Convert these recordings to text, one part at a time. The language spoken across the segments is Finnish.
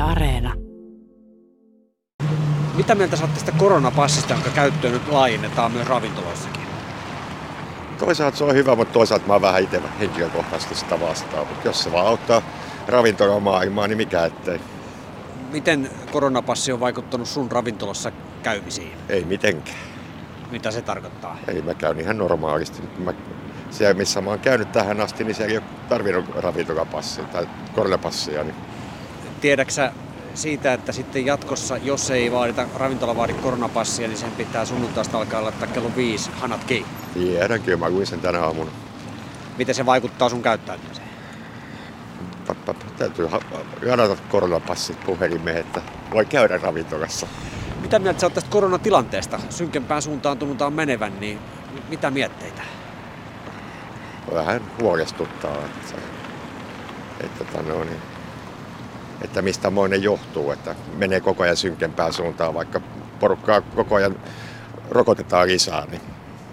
Areena. Mitä mieltä saatte tästä koronapassista, jonka käyttöön nyt laajennetaan myös ravintoloissakin? Toisaalta se on hyvä, mutta toisaalta mä oon vähän itse henkilökohtaisesti sitä vastaan. Mutta jos se vaan auttaa ravintolamaailmaa, niin mikä ettei. Miten koronapassi on vaikuttanut sun ravintolassa käymisiin? Ei mitenkään. Mitä se tarkoittaa? Ei, mä käyn ihan normaalisti. Siellä missä mä oon käynyt tähän asti, niin siellä ei ole tarvinnut ravintolapassia tai koronapassia. Niin. Tiedäksä siitä, että sitten jatkossa, jos ei ravintola vaadi koronapassia, niin sen pitää sunnuntaista alkaa laittaa kello 5 hanat kiinni? Tiedän, kyllä mä luin sen tänä aamuna. Miten se vaikuttaa sun käyttäytymiseen? Täytyy janata koronapassit puhelimeen, että voi käydä ravintolassa. Mitä mieltä sä oot tästä koronatilanteesta? Synkempään suuntaan tunnutaan menevän, niin mitä mietteitä? Vähän huolestuttaa, että mistä moinen johtuu, että menee koko ajan synkempään suuntaan, vaikka porukkaa koko ajan rokotetaan lisää, niin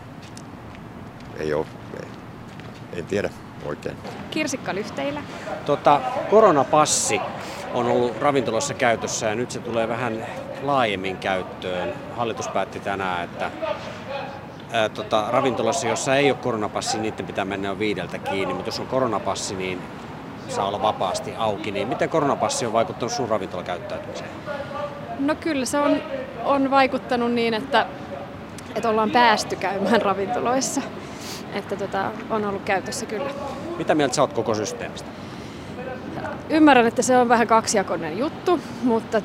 en tiedä oikein. Kirsikka lyhteillä. Koronapassi on ollut ravintolassa käytössä ja nyt se tulee vähän laajemmin käyttöön. Hallitus päätti tänään, että ravintolassa, jossa ei ole koronapassi, niiden pitää mennä jo 5 kiinni, mutta jos on koronapassi, niin saa olla vapaasti auki. Niin miten koronapassi on vaikuttanut sun ravintolakäyttäytymiseen? No kyllä se on vaikuttanut niin, että ollaan päästy käymään ravintoloissa. Että on ollut käytössä kyllä. Mitä mieltä sä oot koko systeemistä? Ymmärrän, että se on vähän kaksijakoinen juttu, mutta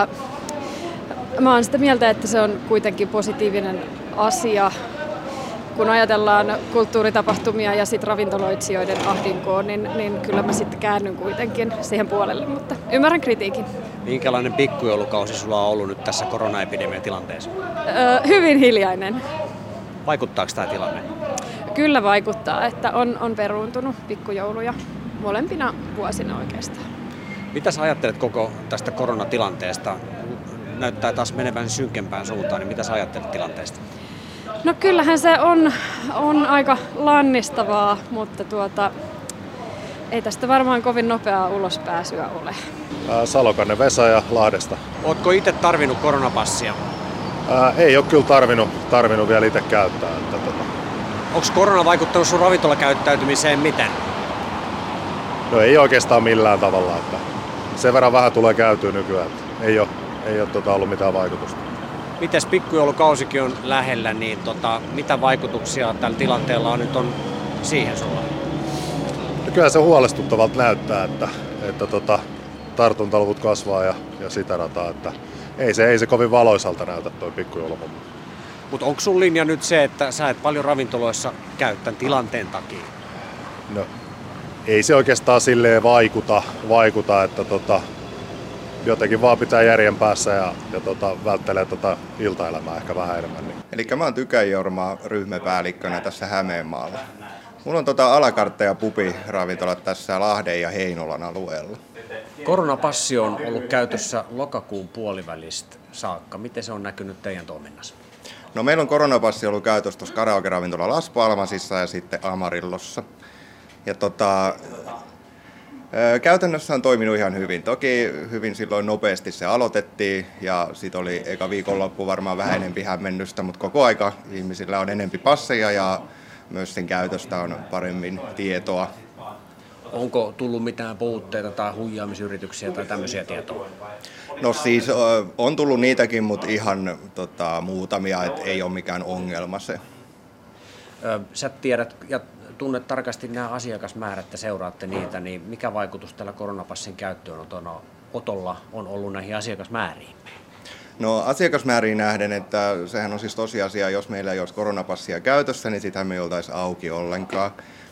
mä oon sitä mieltä, että se on kuitenkin positiivinen asia. Kun ajatellaan kulttuuritapahtumia ja sit ravintoloitsijoiden ahdinkoon, niin kyllä mä sitten käännyn kuitenkin siihen puolelle, mutta ymmärrän kritiikin. Minkälainen pikkujoulukausi sulla on ollut nyt tässä koronaepidemiatilanteessa? Hyvin hiljainen. Vaikuttaako tämä tilanne? Kyllä vaikuttaa, että on peruuntunut pikkujouluja molempina vuosina oikeastaan. Mitä sä ajattelet koko tästä koronatilanteesta? Näyttää taas menevän synkempään suuntaan, niin mitä sä ajattelet tilanteesta? No kyllähän se on aika lannistavaa, mutta ei tästä varmaan kovin nopeaa ulospääsyä ole. Salokainen Vesa ja Lahdesta. Ootko itse tarvinnut koronapassia? Ei ole kyllä tarvinnut vielä itse käyttää. Onko korona vaikuttanut sun ravintolakäyttäytymiseen miten? No ei oikeastaan millään tavalla. Että sen verran vähän tulee käytyä nykyään. Ei ole ollut mitään vaikutusta. Mites pikkujoulukausikin on lähellä, niin mitä vaikutuksia tällä tilanteella nyt on siihen sulla? No kyllä se huolestuttavalta näyttää, että tartuntaluvut kasvaa ja sitä rataa. Että ei se kovin valoisalta näytä toi pikkujouluhomma. Mutta onko sun linja nyt se, että sä et paljon ravintoloissa käy tämän tilanteen takia? No ei se oikeastaan silleen vaikuta että jotenkin vaan pitää järjen päässä ja välttelee iltaelämää ehkä vähän enemmän. Niin. Elikkä mä oon Tykäi Jorma ryhmäpäällikkönä tässä Hämeenmaalla. Mulla on alakartta- ja pubiravintolat tässä Lahden ja Heinolan alueella. Koronapassi on ollut käytössä lokakuun puolivälistä saakka. Miten se on näkynyt teidän toiminnassa? No meillä on koronapassi ollut käytössä tuossa karaoke-ravintola Las Palmasissa ja sitten Amarillossa. Ja käytännössä on toiminut ihan hyvin. Toki hyvin silloin nopeasti se aloitettiin ja sitten oli eka viikonloppu varmaan vähän enempi hämmennystä, mutta koko aika ihmisillä on enempi passeja ja myös sen käytöstä on paremmin tietoa. Onko tullut mitään puutteita tai huijaamisyrityksiä tai tämmöisiä tietoa? No siis on tullut niitäkin, mutta ihan muutamia, että ei ole mikään ongelma se. Sä tiedät ja tunnet tarkasti nämä asiakasmäärät ja seuraatte niitä, niin mikä vaikutus tällä koronapassin käyttöönotolla on ollut näihin asiakasmääriin? No asiakasmääriin nähden, että sehän on siis tosiasia, jos meillä ei olisi koronapassia käytössä, niin sitähän me ei oltaisi auki ollenkaan.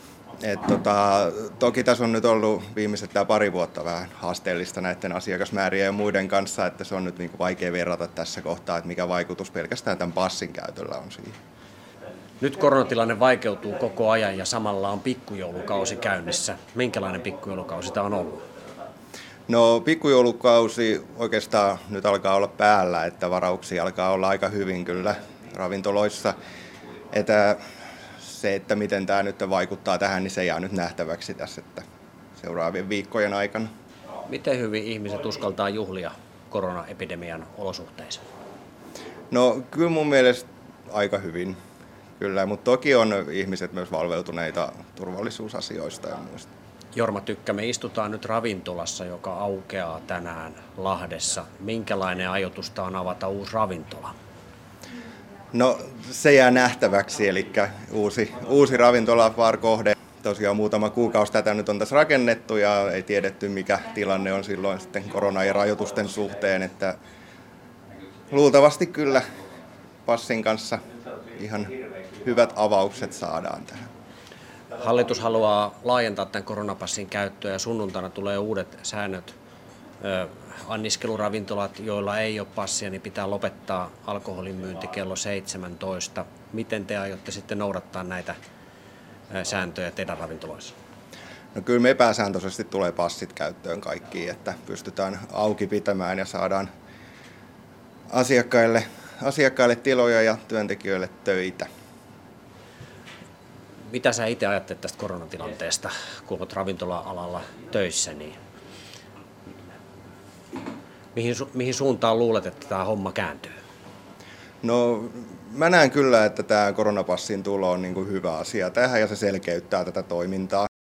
Toki tässä on nyt ollut viimeiset pari vuotta vähän haasteellista näiden asiakasmäärien ja muiden kanssa, että se on nyt vaikea verrata tässä kohtaa, että mikä vaikutus pelkästään tämän passin käytöllä on siihen. Nyt koronatilanne vaikeutuu koko ajan ja samalla on pikkujoulukausi käynnissä. Minkälainen pikkujoulukausi tämä on ollut? No pikkujoulukausi oikeastaan nyt alkaa olla päällä, että varauksia alkaa olla aika hyvin kyllä ravintoloissa. Että miten tämä nyt vaikuttaa tähän, niin se jää nyt nähtäväksi tässä seuraavien viikkojen aikana. Miten hyvin ihmiset uskaltaa juhlia koronaepidemian olosuhteissa? No kyllä mun mielestä aika hyvin, kyllä, mutta toki on ihmiset myös valveutuneita turvallisuusasioista ja muista. Jorma Tykkä, me istutaan nyt ravintolassa, joka aukeaa tänään Lahdessa. Minkälainen ajoitusta on avata uusi ravintola? No se jää nähtäväksi, eli uusi ravintola Bar-kohde. Tosiaan muutama kuukausi tätä nyt on tässä rakennettu ja ei tiedetty mikä tilanne on silloin sitten korona- ja rajoitusten suhteen, että luultavasti kyllä passin kanssa ihan hyvät avaukset saadaan tähän. Hallitus haluaa laajentaa tämän koronapassin käyttöä ja sunnuntaina tulee uudet säännöt. Anniskeluravintolat, joilla ei ole passia, niin pitää lopettaa alkoholin myynti kello 17. Miten te aiotte sitten noudattaa näitä sääntöjä teidän ravintoloissa? No kyllä me pääsääntöisesti tulee passit käyttöön kaikkiin, että pystytään auki pitämään ja saadaan asiakkaille tiloja ja työntekijöille töitä. Mitä sä itse ajattelet tästä koronatilanteesta, kun olet ravintola-alalla töissä, niin mihin suuntaan luulet, että tämä homma kääntyy? No mä näen kyllä, että tämä koronapassin tulo on niin kuin hyvä asia tähän ja se selkeyttää tätä toimintaa.